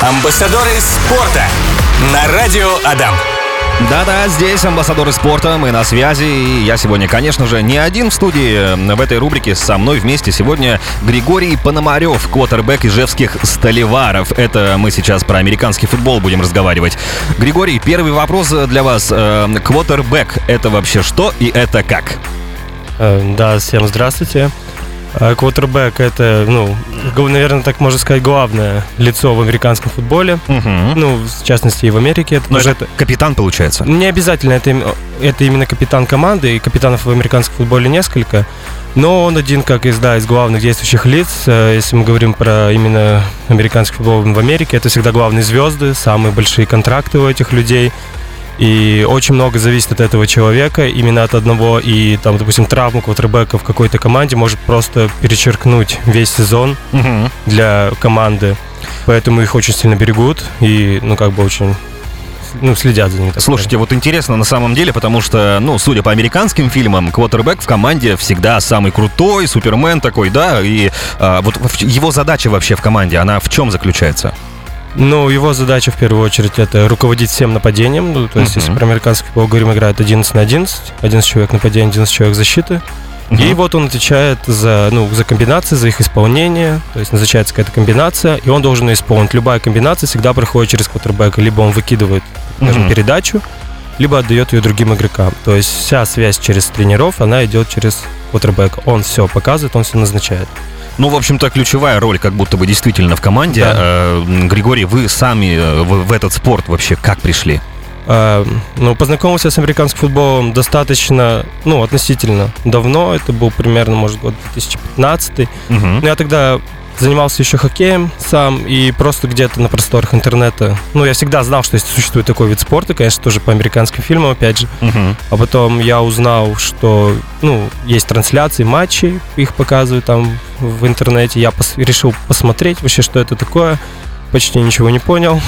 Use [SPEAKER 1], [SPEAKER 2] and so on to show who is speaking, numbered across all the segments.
[SPEAKER 1] Амбассадоры спорта на радио Адам.
[SPEAKER 2] Да-да, здесь амбассадоры спорта, мы на связи. И я сегодня, конечно же, не один в студии. В этой рубрике со мной вместе сегодня Григорий Пономарев, квотербек ижевских Сталеваров. Это мы сейчас про американский футбол будем разговаривать. Григорий, первый вопрос для вас. Квотербек — это вообще что и это как?
[SPEAKER 3] Да, всем здравствуйте. Квотербек — это, наверное, так можно сказать, главное лицо в американском футболе. В частности, и в Америке.
[SPEAKER 2] Но это капитан, получается?
[SPEAKER 3] Не обязательно, это именно капитан команды, и капитанов в американском футболе несколько. Но он один, как из главных действующих лиц. Если мы говорим про именно американский футбол в Америке, это всегда главные звезды, самые большие контракты у этих людей. И очень много зависит от этого человека, именно от одного. И там, допустим, травма квотербека в какой-то команде может просто перечеркнуть весь сезон для команды. Поэтому их очень сильно берегут и, очень следят за ними.
[SPEAKER 2] Слушайте, вот интересно на самом деле, потому что, судя по американским фильмам, квотербек в команде всегда самый крутой, супермен такой, да? И вот его задача вообще в команде, она в чем заключается?
[SPEAKER 3] Его задача в первую очередь это руководить всем нападением. То есть, если про американский футбол говорим, играет 11 на 11, 11 человек нападения, 11 человек защиты. И вот он отвечает за комбинации, за их исполнение. То есть назначается какая-то комбинация, и он должен ее исполнить. Любая комбинация всегда проходит через квотербека. Либо он выкидывает, передачу, либо отдает ее другим игрокам. То есть вся связь через тренеров, она идет через квотербека. Он все показывает, он все назначает.
[SPEAKER 2] В общем-то, ключевая роль как будто бы действительно в команде. Да. Григорий, вы сами в этот спорт вообще как пришли?
[SPEAKER 3] Познакомился с американским футболом достаточно, относительно давно. Это был примерно, год 2015. Я тогда занимался еще хоккеем сам, и просто где-то на просторах интернета. Я всегда знал, что существует такой вид спорта, конечно, тоже по американским фильмам, опять же. А потом я узнал, что, есть трансляции матчей, их показывают там в интернете. Я решил посмотреть вообще, что это такое. Почти ничего не понял.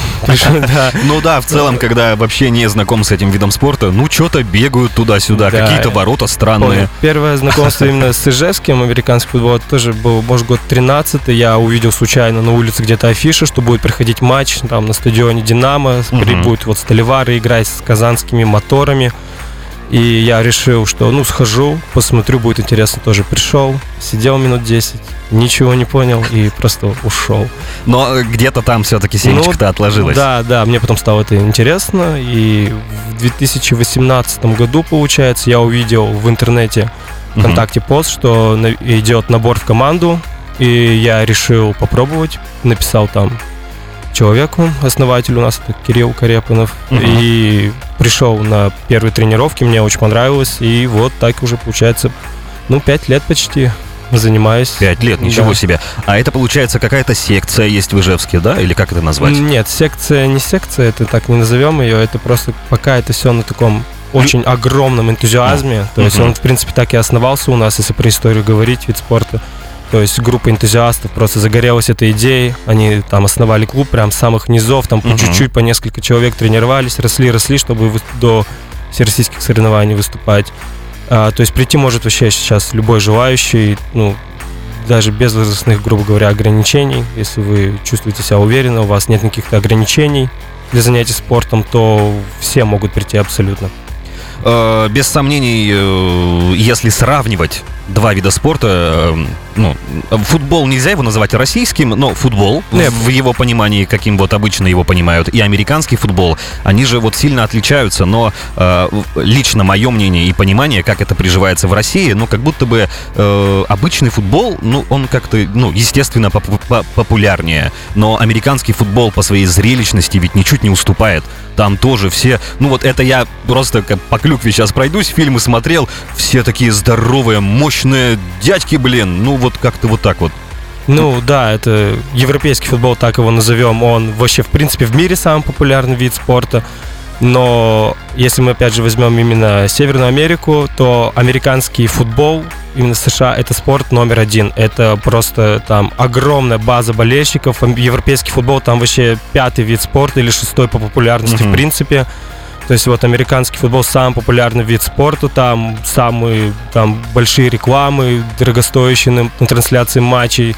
[SPEAKER 2] В целом, когда вообще не знаком с этим видом спорта, что-то бегают туда-сюда, какие-то ворота странные.
[SPEAKER 3] Первое знакомство именно с ижевским американским футболом тоже был, год 13-й. Я увидел случайно на улице где-то афишу, что будет проходить матч там на стадионе «Динамо». Будут Сталевары играть с казанскими моторами. И я решил, что схожу, посмотрю, будет интересно тоже. Пришел, сидел минут 10, ничего не понял и просто ушел.
[SPEAKER 2] Но где-то там все-таки семечко-то отложилось.
[SPEAKER 3] Да, мне потом стало это интересно. И в 2018 году, получается, я увидел в интернете ВКонтакте пост, что идет набор в команду. И я решил попробовать, написал там человеку, основатель у нас, это Кирилл Карепанов, и пришел на первые тренировки, мне очень понравилось, и вот так уже получается, 5 лет почти занимаюсь.
[SPEAKER 2] 5 лет, ничего себе. А это, получается, какая-то секция есть в Ижевске, да? Или как это назвать?
[SPEAKER 3] Нет, секция не секция, это так не назовем ее, это просто пока это все на таком очень огромном энтузиазме, то есть он, в принципе, так и основался у нас, если про историю говорить, вид спорта. То есть группа энтузиастов просто загорелась этой идеей. Они там основали клуб прям с самых низов, там по чуть-чуть, по несколько человек тренировались, росли, чтобы до всероссийских соревнований выступать. То есть прийти может вообще сейчас любой желающий, даже без возрастных, грубо говоря, ограничений. Если вы чувствуете себя уверенно, у вас нет никаких ограничений для занятий спортом, то все могут прийти абсолютно.
[SPEAKER 2] Без сомнений, если сравнивать два вида спорта, футбол нельзя его называть российским, но футбол, в его понимании, каким вот обычно его понимают, и американский футбол, они же вот сильно отличаются, но лично мое мнение и понимание, как это приживается в России, как будто бы обычный футбол, он как-то, естественно, популярнее, но американский футбол по своей зрелищности ведь ничуть не уступает. Там тоже все, это я просто как по клюкве сейчас пройдусь, фильмы смотрел, все такие здоровые, мощные дядьки, как-то вот так вот.
[SPEAKER 3] Да, это европейский футбол, так его назовем, он вообще, в принципе, в мире самый популярный вид спорта. Но если мы опять же возьмем именно Северную Америку, то американский футбол, именно США, это спорт номер один. Это просто там огромная база болельщиков. Европейский футбол там вообще 5-й вид спорта или 6-й по популярности в принципе. То есть вот американский футбол самый популярный вид спорта, там самые большие рекламы, дорогостоящие на трансляции матчей.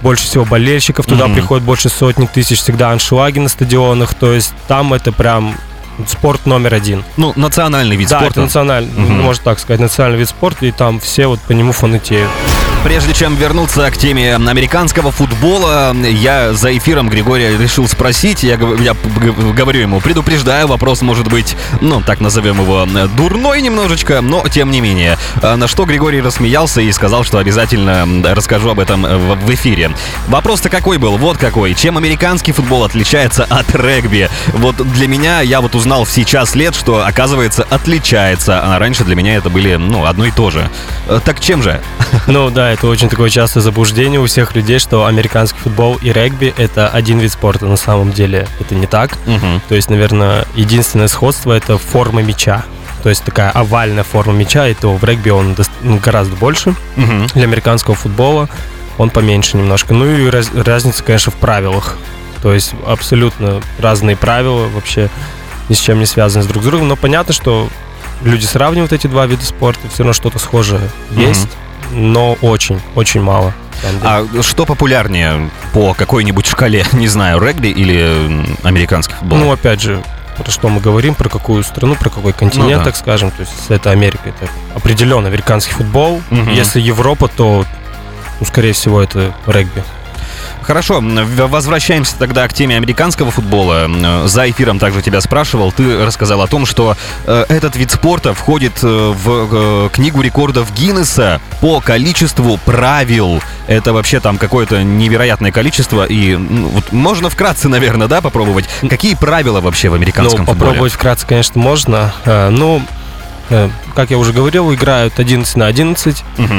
[SPEAKER 3] больше всего болельщиков, туда приходит больше сотни тысяч, всегда аншлаги на стадионах, то есть там это прям спорт номер один.
[SPEAKER 2] Ну, национальный вид
[SPEAKER 3] да,
[SPEAKER 2] спорта.
[SPEAKER 3] Это национальный, можно так сказать, национальный вид спорта, и там все вот по нему фанатеют.
[SPEAKER 2] Прежде чем вернуться к теме американского футбола, я за эфиром Григория решил спросить, я говорю ему, предупреждаю, вопрос может быть, ну, так назовем его, дурной немножечко, но тем не менее. На что Григорий рассмеялся и сказал, что обязательно расскажу об этом в эфире. Вопрос-то какой был? Вот какой. Чем американский футбол отличается от регби? Вот для меня, я вот узнал в сейчас лет, что, оказывается, отличается. А раньше для меня это были, ну, одно и то же. Так чем же?
[SPEAKER 3] Ну, да, это очень такое частое заблуждение у всех людей, что американский футбол и регби — это один вид спорта. На самом деле это не так. То есть, наверное, единственное сходство — это форма мяча. То есть такая овальная форма мяча, и то в регби он гораздо больше. Для американского футбола он поменьше немножко. Ну и разница, конечно, в правилах. То есть абсолютно разные правила, вообще ни с чем не связаны друг с другом. Но понятно, что люди сравнивают эти два вида спорта, все равно что-то схожее есть. Но очень мало.
[SPEAKER 2] А что популярнее по какой-нибудь шкале, не знаю, регби или американский футбол?
[SPEAKER 3] Ну, опять же, про что мы говорим, про какую страну, про какой континент, так скажем. То есть, если это Америка, это определенно американский футбол. Если Европа, то, ну, скорее всего, это регби.
[SPEAKER 2] Хорошо, возвращаемся тогда к теме американского футбола. За эфиром также тебя спрашивал. Ты рассказал о том, что этот вид спорта входит в книгу рекордов Гиннесса по количеству правил. Это вообще там какое-то невероятное количество. И вот можно вкратце, наверное, да, попробовать? Какие правила вообще в американском футболе?
[SPEAKER 3] Попробовать вкратце, конечно, можно. Как я уже говорил, играют 11 на 11,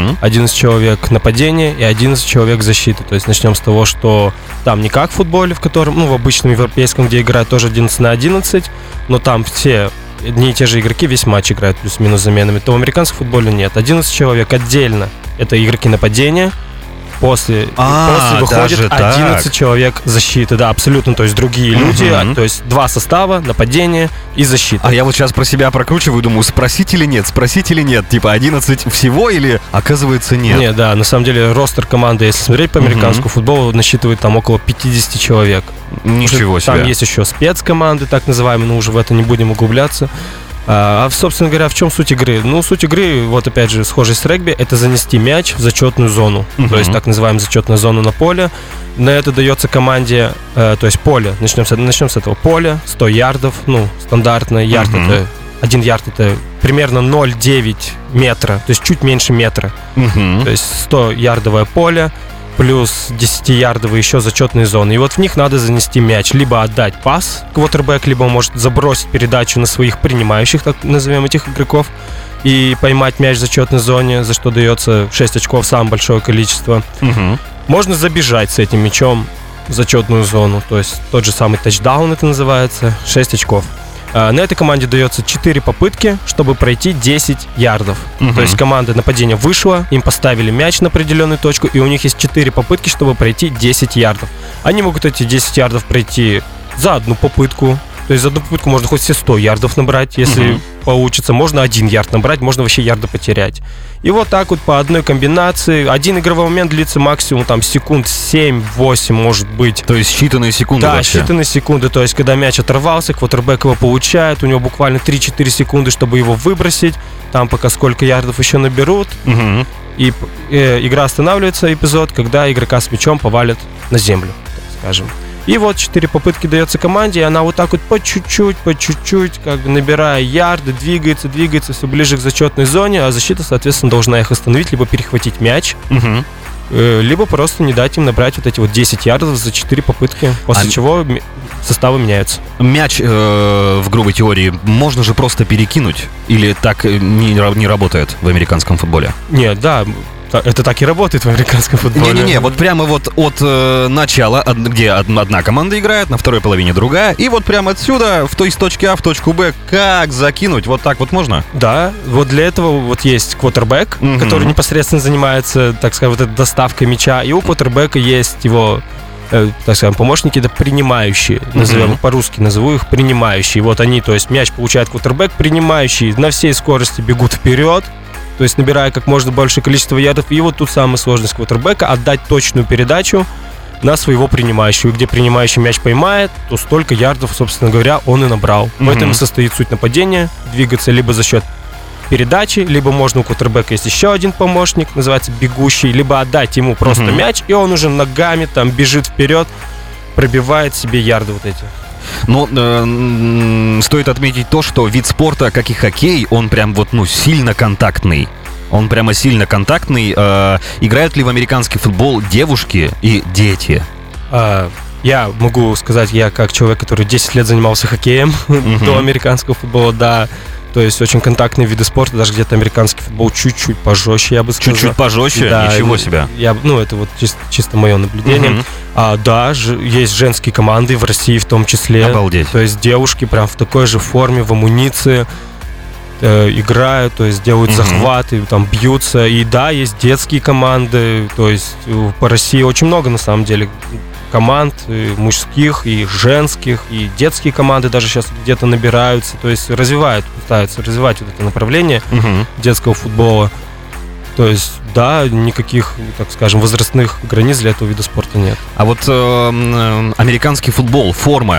[SPEAKER 3] 11 человек нападения и 11 человек защиты. То есть начнем с того, что там не как в футболе, в котором, ну, в обычном европейском, где играют тоже 11 на 11, но там все одни и те же игроки весь матч играют плюс-минус заменами. То в американском футболе нет. 11 человек отдельно — это игроки нападения. После выходит 11 человек защиты, да, абсолютно, то есть другие люди, то есть два состава, нападение и защита.
[SPEAKER 2] А я вот сейчас про себя прокручиваю, думаю, спросить или нет, типа 11 всего или, оказывается, нет?
[SPEAKER 3] Нет, да, на самом деле ростер команды, если смотреть по американскому футболу, насчитывает там около 50 человек.
[SPEAKER 2] Ничего себе.
[SPEAKER 3] Там есть еще спецкоманды, так называемые, но уже в это не будем углубляться. Собственно говоря, в чем суть игры? Ну, суть игры, вот опять же, схожей с регби, это занести мяч в зачетную зону. То есть так называемая зачетная зона на поле. На это дается команде, то есть поле, начнем с этого поля, 100 ярдов, ну, стандартно, ярд это, 1 ярд это примерно 0,9 метра, то есть чуть меньше метра. То есть 100-ярдовое поле, плюс 10-ярдовые еще зачетные зоны. И вот в них надо занести мяч. Либо отдать пас квотербэк, либо он может забросить передачу на своих принимающих, так назовем, этих игроков, и поймать мяч в зачетной зоне, за что дается 6 очков, самое большое количество. Можно забежать с этим мячом в зачетную зону. То есть тот же самый тачдаун это называется, 6 очков. На этой команде дается 4 попытки, чтобы пройти 10 ярдов. То есть команда нападения вышла, им поставили мяч на определенную точку, и у них есть 4 попытки, чтобы пройти 10 ярдов. Они могут эти 10 ярдов пройти за одну попытку. То есть за одну попытку можно хоть все 100 ярдов набрать, если получится. Можно 1 ярд набрать, можно вообще ярда потерять. И вот так вот по одной комбинации. Один игровой момент длится максимум там секунд 7-8, может быть.
[SPEAKER 2] То есть считанные секунды вообще?
[SPEAKER 3] Да, считанные секунды. То есть когда мяч оторвался, квотербэк его получает, у него буквально 3-4 секунды, чтобы его выбросить. Там пока сколько ярдов еще наберут. И игра останавливается, эпизод, когда игрока с мячом повалят на землю, так скажем. И вот 4 попытки дается команде, и она вот так вот по чуть-чуть, как бы набирая ярды, двигается все ближе к зачетной зоне, а защита, соответственно, должна их остановить, либо перехватить мяч, либо просто не дать им набрать вот эти вот 10 ярдов за 4 попытки, после чего составы меняются.
[SPEAKER 2] Мяч в грубой теории можно же просто перекинуть? Или так не работает в американском футболе?
[SPEAKER 3] Нет, да. Это так и работает в американском футболе.
[SPEAKER 2] Не-не-не, вот прямо вот от начала, где одна команда играет, на второй половине другая, и вот прямо отсюда, из точки А в точку Б, как закинуть? Вот так вот можно?
[SPEAKER 3] Да, вот для этого вот есть квотербэк, который непосредственно занимается, так сказать, вот этой доставкой мяча, и у квотербэка есть его, так скажем, помощники, это принимающие, назовем их по-русски, назову их принимающие. Вот они, то есть мяч получает квотербэк, принимающие на всей скорости бегут вперед, то есть набирая как можно большее количество ярдов. И вот тут самая сложность квотербека — отдать точную передачу на своего принимающего. Где принимающий мяч поймает, то столько ярдов, собственно говоря, он и набрал. В этом и состоит суть нападения. Двигаться либо за счет передачи, либо можно у квотербека есть еще один помощник, называется бегущий, либо отдать ему просто мяч, и он уже ногами там бежит вперед, пробивает себе ярды вот эти.
[SPEAKER 2] Но стоит отметить то, что вид спорта, как и хоккей, он прям вот, сильно контактный. Он прямо сильно контактный. Играют ли в американский футбол девушки и дети?
[SPEAKER 3] Я могу сказать, я как человек, который 10 лет занимался хоккеем до американского футбола, да. То есть очень контактные виды спорта, даже где-то американский футбол чуть-чуть пожестче, я бы сказал.
[SPEAKER 2] Чуть-чуть пожестче?
[SPEAKER 3] Да,
[SPEAKER 2] ничего себе.
[SPEAKER 3] Это вот чисто мое наблюдение. Да, есть женские команды в России в том числе.
[SPEAKER 2] Обалдеть.
[SPEAKER 3] То есть девушки прям в такой же форме, в амуниции играют, то есть делают захваты, там бьются. И да, есть детские команды, то есть по России очень много на самом деле команд, и мужских, и женских, и детские команды даже сейчас где-то набираются, то есть пытаются развивать вот это направление детского футбола. То есть, да, никаких, так скажем, возрастных границ для этого вида спорта нет.
[SPEAKER 2] А вот американский футбол, форма,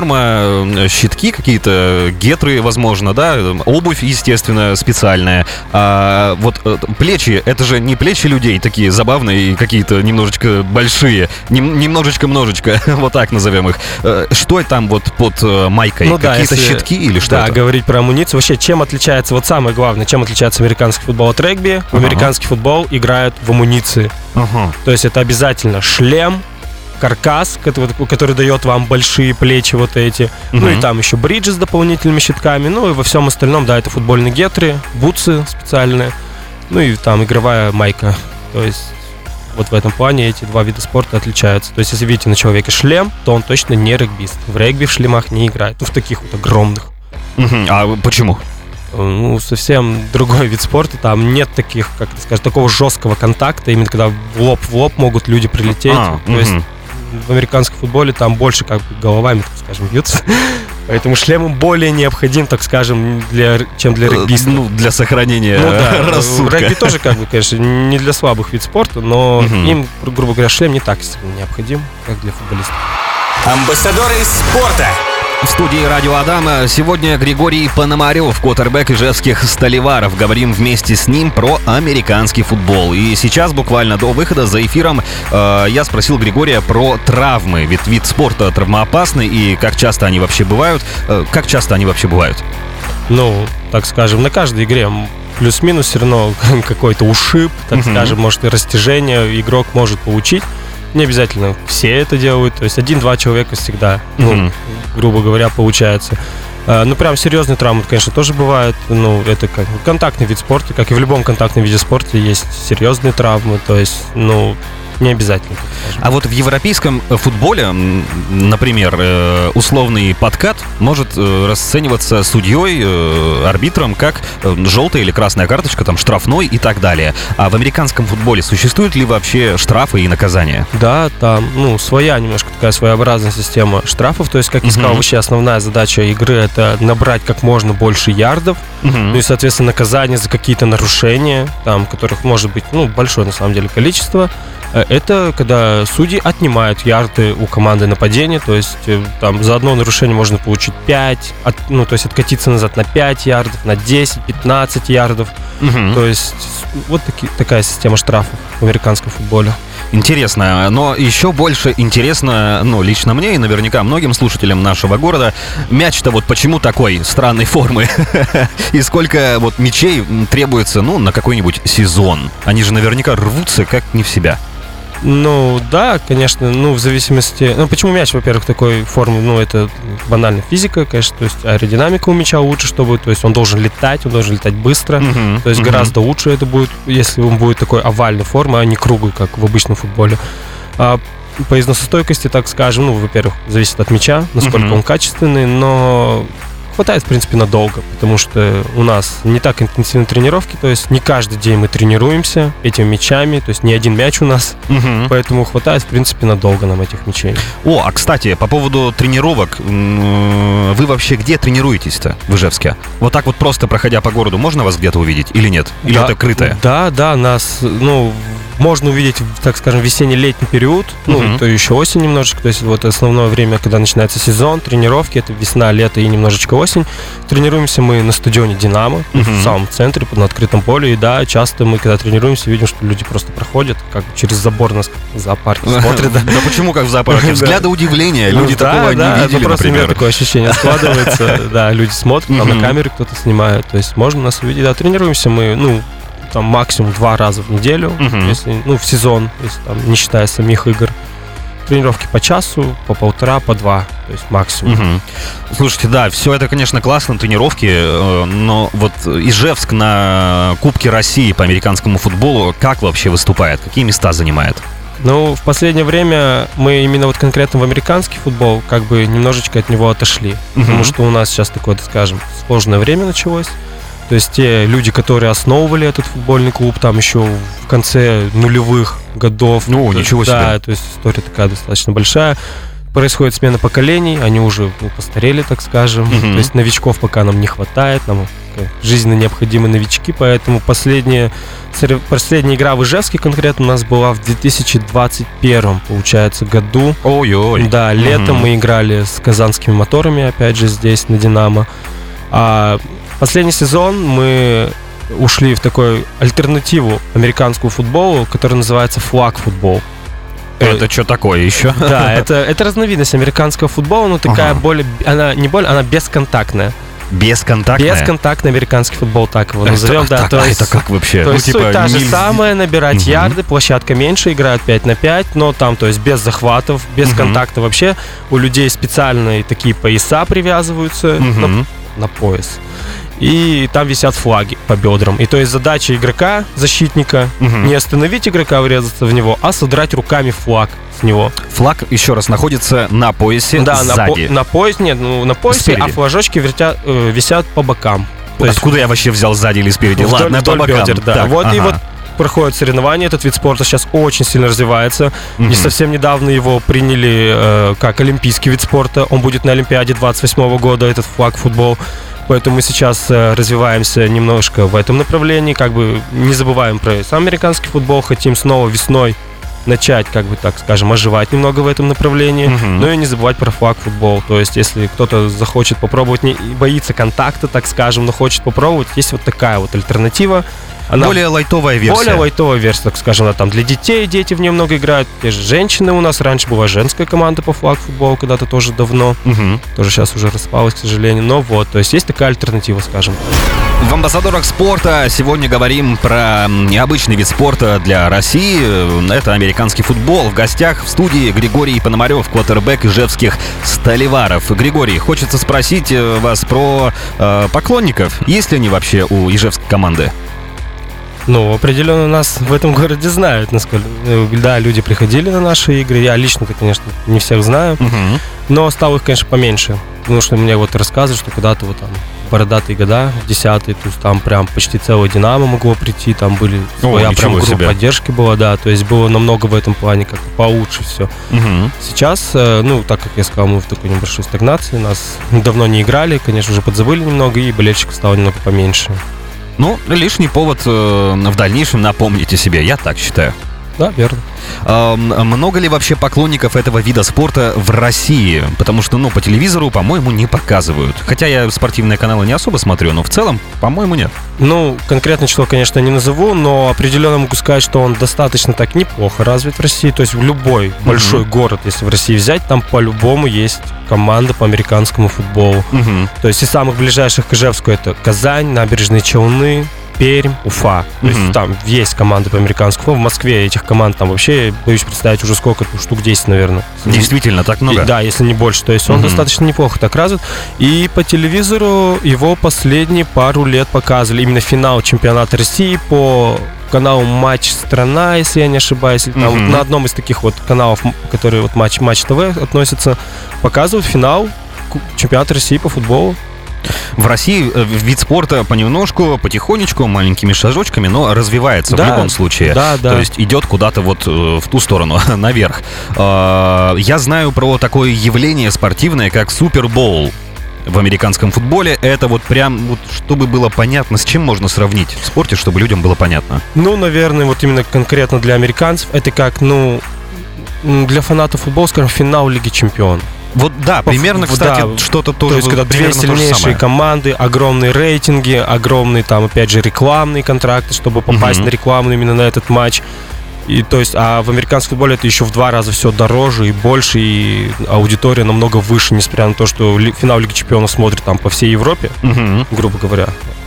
[SPEAKER 2] щитки какие-то, гетры, возможно, да, обувь, естественно, специальная. А вот плечи, это же не плечи людей такие забавные, какие-то немножечко большие, немножечко, вот так назовем их. Что это там вот под майкой? Какие-то щитки или что это?
[SPEAKER 3] Да, говорить про амуницию. Вообще, чем отличается, вот самое главное, чем отличается американский футбол от регби? Американский футбол играют в амуниции. То есть это обязательно шлем, каркас, который дает вам большие плечи вот эти. Ну и там еще бриджи с дополнительными щитками. Ну и во всем остальном, да, это футбольные гетры, бутсы специальные. Ну и там игровая майка. То есть вот в этом плане эти два вида спорта отличаются. То есть если видите на человеке шлем, то он точно не регбист. В регби в шлемах не играет. В таких вот огромных.
[SPEAKER 2] А почему?
[SPEAKER 3] Совсем другой вид спорта. Там нет таких, как это сказать, такого жесткого контакта, именно когда в лоб могут люди прилететь. То есть в американском футболе там больше как бы головами, так скажем, бьются. Поэтому шлем более необходим, так скажем, чем для регбиста.
[SPEAKER 2] Для сохранения рассудка.
[SPEAKER 3] Регби тоже, как бы, конечно, не для слабых вид спорта, но им, грубо говоря, шлем не так сильно необходим, как для футболистов.
[SPEAKER 1] Амбассадоры спорта.
[SPEAKER 2] В студии «Радио Адам» сегодня Григорий Пономарев, квотербек ижевских «Сталеваров». Говорим вместе с ним про американский футбол. И сейчас, буквально до выхода за эфиром, я спросил Григория про травмы. Ведь вид спорта травмоопасный, и как часто они вообще бывают?
[SPEAKER 3] Так скажем, на каждой игре плюс-минус все равно какой-то ушиб, так скажем, может и растяжение игрок может получить. Не обязательно все это делают, то есть 1-2 человека всегда, грубо говоря, получается. Прям серьезные травмы, конечно, тоже бывают. Это как контактный вид спорта, как и в любом контактном виде спорта есть серьезные травмы, то есть, не обязательно.
[SPEAKER 2] А вот в европейском футболе, например, условный подкат может расцениваться судьей, арбитром, как желтая или красная карточка, там, штрафной и так далее. А в американском футболе существуют ли вообще штрафы и наказания? Да,
[SPEAKER 3] там, своя немножко такая своеобразная система штрафов. То есть, как я сказал, вообще основная задача игры — это набрать как можно больше ярдов. Ну и, соответственно, наказание за какие-то нарушения, там, которых может быть, большое на самом деле количество. Это когда судьи отнимают ярды у команды нападения, то есть там за одно нарушение можно получить 5, то есть откатиться назад на 5 ярдов, на 10, 15 ярдов. То есть вот такая система штрафов в американском футболе.
[SPEAKER 2] Интересно, но еще больше интересно, лично мне и наверняка многим слушателям нашего города, мяч-то вот почему такой странной формы? И сколько вот мячей требуется, на какой-нибудь сезон? Они же наверняка рвутся как не в себя.
[SPEAKER 3] Да, конечно, в зависимости... почему мяч, во-первых, такой формы? Это банальная физика, конечно, то есть аэродинамика у мяча лучше, чтобы... То есть он должен летать быстро, то есть гораздо лучше это будет, если он будет такой овальной формы, а не круглый, как в обычном футболе. А по износостойкости, так скажем, во-первых, зависит от мяча, насколько он качественный, но хватает, в принципе, надолго, потому что у нас не так интенсивные тренировки, то есть не каждый день мы тренируемся этими мячами, то есть не один мяч у нас, поэтому хватает, в принципе, надолго нам этих мячей.
[SPEAKER 2] О, а кстати, по поводу тренировок, вы вообще где тренируетесь-то в Ижевске? Вот так вот просто проходя по городу, можно вас где-то увидеть или нет? Или
[SPEAKER 3] да,
[SPEAKER 2] это крытое?
[SPEAKER 3] Да, нас, можно увидеть, так скажем, весенне-летний период, то еще осень немножечко, то есть вот основное время, когда начинается сезон, тренировки, это весна, лето и немножечко осень. Тренируемся мы на стадионе «Динамо», в самом центре, на открытом поле, и да, часто мы, когда тренируемся, видим, что люди просто проходят, как бы через забор нас в зоопарке смотрят.
[SPEAKER 2] Да почему как в зоопарке? Взгляды удивления, люди такого не видели,
[SPEAKER 3] просто у меня
[SPEAKER 2] например.
[SPEAKER 3] такое ощущение складывается, да, люди смотрят, там на камере кто-то снимает, то есть можно нас увидеть, да, тренируемся мы, там максимум 2 раза в неделю, если, в сезон, если там не считая самих игр. Тренировки по часу, по 1,5, по 2, то есть максимум.
[SPEAKER 2] Слушайте, да, все это, конечно, классно, тренировки, но вот Ижевск на Кубке России по американскому футболу как вообще выступает? Какие места занимает?
[SPEAKER 3] В последнее время мы именно вот конкретно в американский футбол как бы немножечко от него отошли, потому что у нас сейчас такое, так скажем, сложное время началось. То есть те люди, которые основывали этот футбольный клуб там еще в конце нулевых годов.
[SPEAKER 2] Ничего себе.
[SPEAKER 3] Да, то есть история такая достаточно большая. Происходит смена поколений, они уже постарели, так скажем. То есть новичков пока нам не хватает, нам жизненно необходимы новички, поэтому последняя игра в Ижевске конкретно у нас была в 2021, получается, году.
[SPEAKER 2] Ой-ой.
[SPEAKER 3] Да, летом мы играли с казанскими моторами, опять же, здесь, на «Динамо». А последний сезон мы ушли в такую альтернативу американскому футболу, который называется флаг-футбол.
[SPEAKER 2] Это что такое еще?
[SPEAKER 3] Да, это разновидность американского футбола, но такая она бесконтактная.
[SPEAKER 2] Бесконтактная?
[SPEAKER 3] Бесконтактный американский футбол, так его назовем.
[SPEAKER 2] Это как вообще?
[SPEAKER 3] То есть суть та же самая, набирать ярды, площадка меньше, играют 5 на 5, но там, то есть без захватов, без контакта вообще. У людей специальные такие пояса привязываются на пояс. И там висят флаги по бедрам. И то есть задача игрока, защитника, не остановить игрока, врезаться в него, а содрать руками флаг с него.
[SPEAKER 2] Флаг, еще раз, находится на поясе сзади.
[SPEAKER 3] На поясе, на поясе,
[SPEAKER 2] спереди.
[SPEAKER 3] А флажочки висят по бокам.
[SPEAKER 2] Откуда я вообще взял сзади или спереди? Ладно, по бокам.
[SPEAKER 3] Бедер, да.
[SPEAKER 2] Так,
[SPEAKER 3] и вот проходят соревнования, этот вид спорта сейчас очень сильно развивается. И совсем недавно его приняли как олимпийский вид спорта. Он будет на Олимпиаде 28 года, этот флаг-футбол. Поэтому мы сейчас развиваемся немножко в этом направлении, как бы не забываем про сам американский футбол, хотим снова весной начать, как бы так скажем, оживать немного в этом направлении, но и не забывать про флаг-футбол. То есть, если кто-то захочет попробовать, не боится контакта, так скажем, но хочет попробовать, есть вот такая вот альтернатива. Она
[SPEAKER 2] более лайтовая версия.
[SPEAKER 3] Более лайтовая версия, так скажем, она там для детей, дети в нее много играют. Те же женщины у нас. Раньше была женская команда по флаг-футболу, когда-то тоже давно. Тоже сейчас уже распалась, к сожалению. Но вот, то есть такая альтернатива, скажем.
[SPEAKER 2] В «Амбассадорах спорта» сегодня говорим про необычный вид спорта для России. Это американский футбол. В гостях в студии Григорий Пономарев, квотербек ижевских «Сталеваров». Григорий, хочется спросить вас про поклонников. Есть ли они вообще у ижевской команды?
[SPEAKER 3] Определенно нас в этом городе знают, насколько. Да, люди приходили на наши игры. Я лично-то, конечно, не всех знаю. Но стало их, конечно, поменьше. Потому что мне вот рассказывают, что когда-то вот там бородатые года, 10-е, то есть там прям почти целое «Динамо» могло прийти, там были своя прям группа поддержки была, да, то есть было намного в этом плане как-то получше все. Сейчас, так как я сказал, мы в такой небольшой стагнации, нас давно не играли, конечно, уже подзабыли немного, и болельщиков стало немного поменьше.
[SPEAKER 2] Лишний повод в дальнейшем напомнить о себе, я так считаю.
[SPEAKER 3] Да, верно.
[SPEAKER 2] Много ли вообще поклонников этого вида спорта в России? Потому что, по телевизору, по-моему, не показывают. Хотя я спортивные каналы не особо смотрю, но в целом, по-моему, нет.
[SPEAKER 3] Конкретное число, конечно, не назову, но определенно могу сказать, что он достаточно так неплохо развит в России. То есть в любой большой город, если в России взять, там по-любому есть команда по американскому футболу. То есть из самых ближайших к Ижевску это Казань, Набережные Челны, Пермь, Уфа. То есть там есть команды по американскому футболу. В Москве этих команд там вообще, боюсь представить, уже сколько, штук 10, наверное.
[SPEAKER 2] Действительно, так много?
[SPEAKER 3] Да, если не больше. То есть он достаточно неплохо так развит. И по телевизору его последние пару лет показывали. Именно финал чемпионата России по каналу «Матч Страна», если я не ошибаюсь. Там на одном из таких вот каналов, которые вот Матч ТВ относятся, показывают финал чемпионата России по футболу.
[SPEAKER 2] В России вид спорта понемножку, потихонечку, маленькими шажочками, но развивается в любом случае.
[SPEAKER 3] Да.
[SPEAKER 2] То есть идет куда-то вот в ту сторону, наверх. Я знаю про такое явление спортивное, как Супербоул. В американском футболе это вот прям, вот, чтобы было понятно, с чем можно сравнить в спорте, чтобы людям было понятно.
[SPEAKER 3] Ну, наверное, вот именно конкретно для американцев это как, для фанатов футбола, скажем, финал Лиги Чемпионов.
[SPEAKER 2] Вот да, примерно, кстати, что-то тоже.
[SPEAKER 3] То есть, когда две сильнейшие команды, огромные рейтинги, огромные там, опять же, рекламные контракты, чтобы попасть на рекламу именно на этот матч. И то есть, а в американском футболе это еще в 2 раза все дороже и больше, и аудитория намного выше, несмотря на то, что финал Лиги Чемпионов смотрят там по всей Европе, грубо говоря.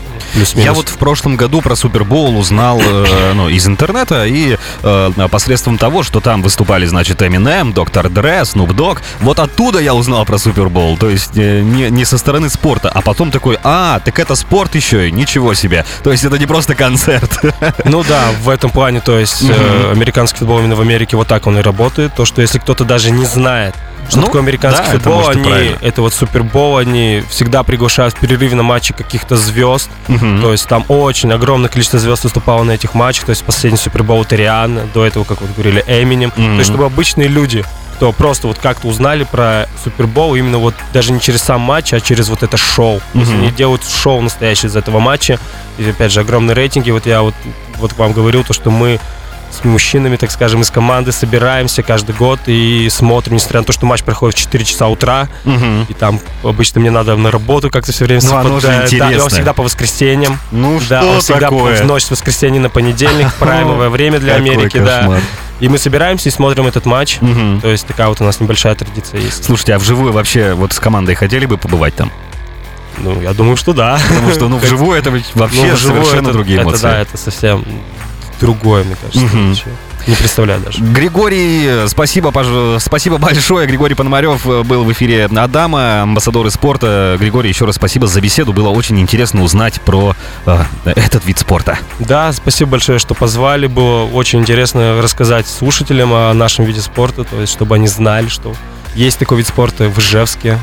[SPEAKER 2] Я вот в прошлом году про Супербоул узнал из интернета и посредством того, что там выступали, значит, Eminem, Доктор Dre, Snoop Dogg. Вот оттуда я узнал про Супербоул. То есть не со стороны спорта, а потом такой, так это спорт еще и ничего себе. То есть это не просто концерт.
[SPEAKER 3] Ну да, в этом плане, то есть американский футбол именно в Америке вот так он и работает. То, что если кто-то даже не знает, что такое американский футбол, это вот Супербол, они всегда приглашают в перерыве на матчи каких-то звезд. То есть там очень огромное количество звезд выступало на этих матчах. То есть последний Супербол это Риhanna, до этого, как вот говорили, Эминем. То есть чтобы обычные люди, кто просто вот как-то узнали про Супербол, именно вот даже не через сам матч, а через вот это шоу. То есть они делают шоу настоящее из этого матча. И опять же, огромные рейтинги. Вот я вот вам говорил, то, что мы с мужчинами, так скажем, из команды собираемся каждый год и смотрим, несмотря на то, что матч проходит в 4 часа утра, и там обычно мне надо на работу как-то все время совпадает. Да, и он всегда по воскресеньям.
[SPEAKER 2] Ну
[SPEAKER 3] да,
[SPEAKER 2] что
[SPEAKER 3] он всегда
[SPEAKER 2] такое?
[SPEAKER 3] в ночь с воскресенья на понедельник, праймовое время для Америки, да. И мы собираемся и смотрим этот матч. То есть такая вот у нас небольшая традиция есть.
[SPEAKER 2] Слушайте, а вживую вообще вот с командой хотели бы побывать там?
[SPEAKER 3] Ну, я думаю, что да.
[SPEAKER 2] Потому что, вживую это вообще совершенно другие эмоции.
[SPEAKER 3] Да, это совсем другое, мне кажется. Не представляю даже.
[SPEAKER 2] Григорий, спасибо большое. Григорий Пономарев был в эфире Адама, амбассадор спорта. Григорий, еще раз спасибо за беседу. Было очень интересно узнать про этот вид спорта.
[SPEAKER 3] Да, спасибо большое, что позвали. Было очень интересно рассказать слушателям о нашем виде спорта, то есть чтобы они знали, что есть такой вид спорта в Ижевске.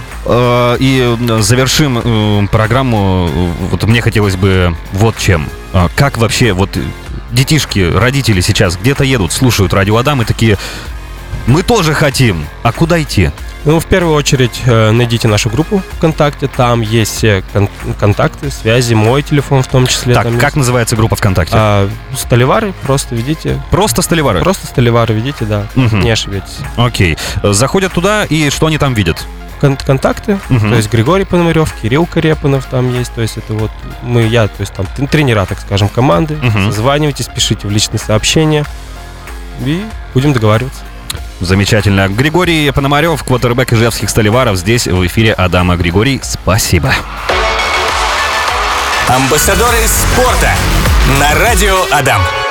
[SPEAKER 2] И завершим программу. Вот мне хотелось бы вот чем. Как вообще вот детишки, родители сейчас где-то едут, слушают радио Адам и такие: мы тоже хотим. А куда идти?
[SPEAKER 3] Ну, в первую очередь, найдите нашу группу ВКонтакте. Там есть все контакты, связи, мой телефон в том числе.
[SPEAKER 2] Так, как называется группа ВКонтакте?
[SPEAKER 3] Столивары, просто введите.
[SPEAKER 2] Просто Столивары?
[SPEAKER 3] Просто Столивары введите, да. Не ошибетесь.
[SPEAKER 2] Окей. Заходят туда, и что они там видят?
[SPEAKER 3] Контакты, то есть Григорий Пономарев, Кирилл Карепанов там есть, то есть это вот то есть там тренера, так скажем, команды. Созванивайтесь, пишите в личные сообщения и будем договариваться.
[SPEAKER 2] Замечательно. Григорий Пономарев, квотербек ижевских Столиваров, здесь в эфире Адама. Григорий, спасибо.
[SPEAKER 1] Амбассадоры спорта на радио Адам.